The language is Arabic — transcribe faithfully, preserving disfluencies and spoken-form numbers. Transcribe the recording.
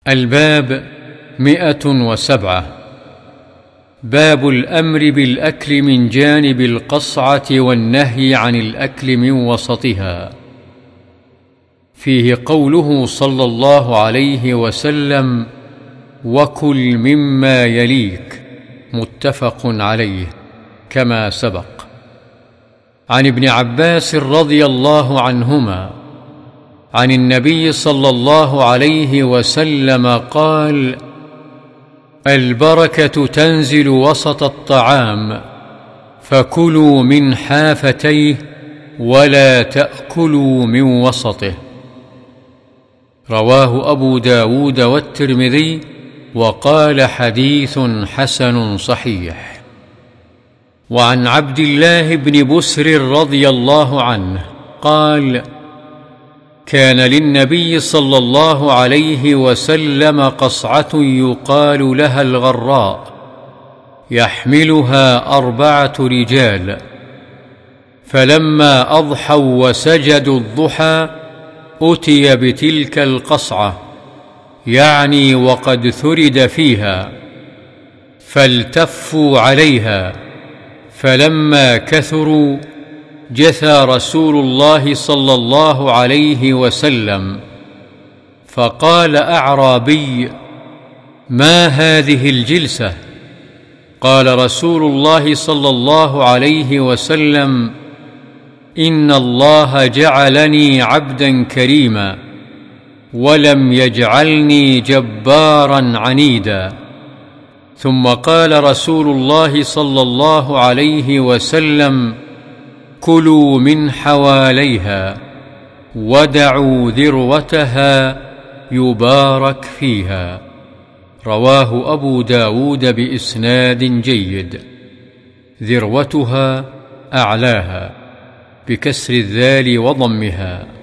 الباب مئة وسبعة. باب الأمر بالأكل من جانب القصعة والنهي عن الأكل من وسطها. فيه قوله صلى الله عليه وسلم: وكل مما يليك، متفق عليه، كما سبق. عن ابن عباس رضي الله عنهما عن النبي صلى الله عليه وسلم قال: البركة تنزل وسط الطعام، فكلوا من حافتيه ولا تأكلوا من وسطه. رواه أبو داود والترمذي، وقال: حديث حسن صحيح. وعن عبد الله بن بسر رضي الله عنه قال: كان للنبي صلى الله عليه وسلم قصعة يقال لها الغراء، يحملها أربعة رجال، فلما أضحوا وسجدوا الضحى أتي بتلك القصعة، يعني وقد ثرد فيها، فالتفوا عليها، فلما كثروا جثى رسول الله صلى الله عليه وسلم، فقال أعرابي: ما هذه الجلسة؟ قال رسول الله صلى الله عليه وسلم: إن الله جعلني عبدا كريما، ولم يجعلني جبارا عنيدا. ثم قال رسول الله صلى الله عليه وسلم: كلوا من حواليها ودعوا ذروتها يبارك فيها. رواه أبو داود بإسناد جيد. ذروتها أعلاها، بكسر الذال وضمها.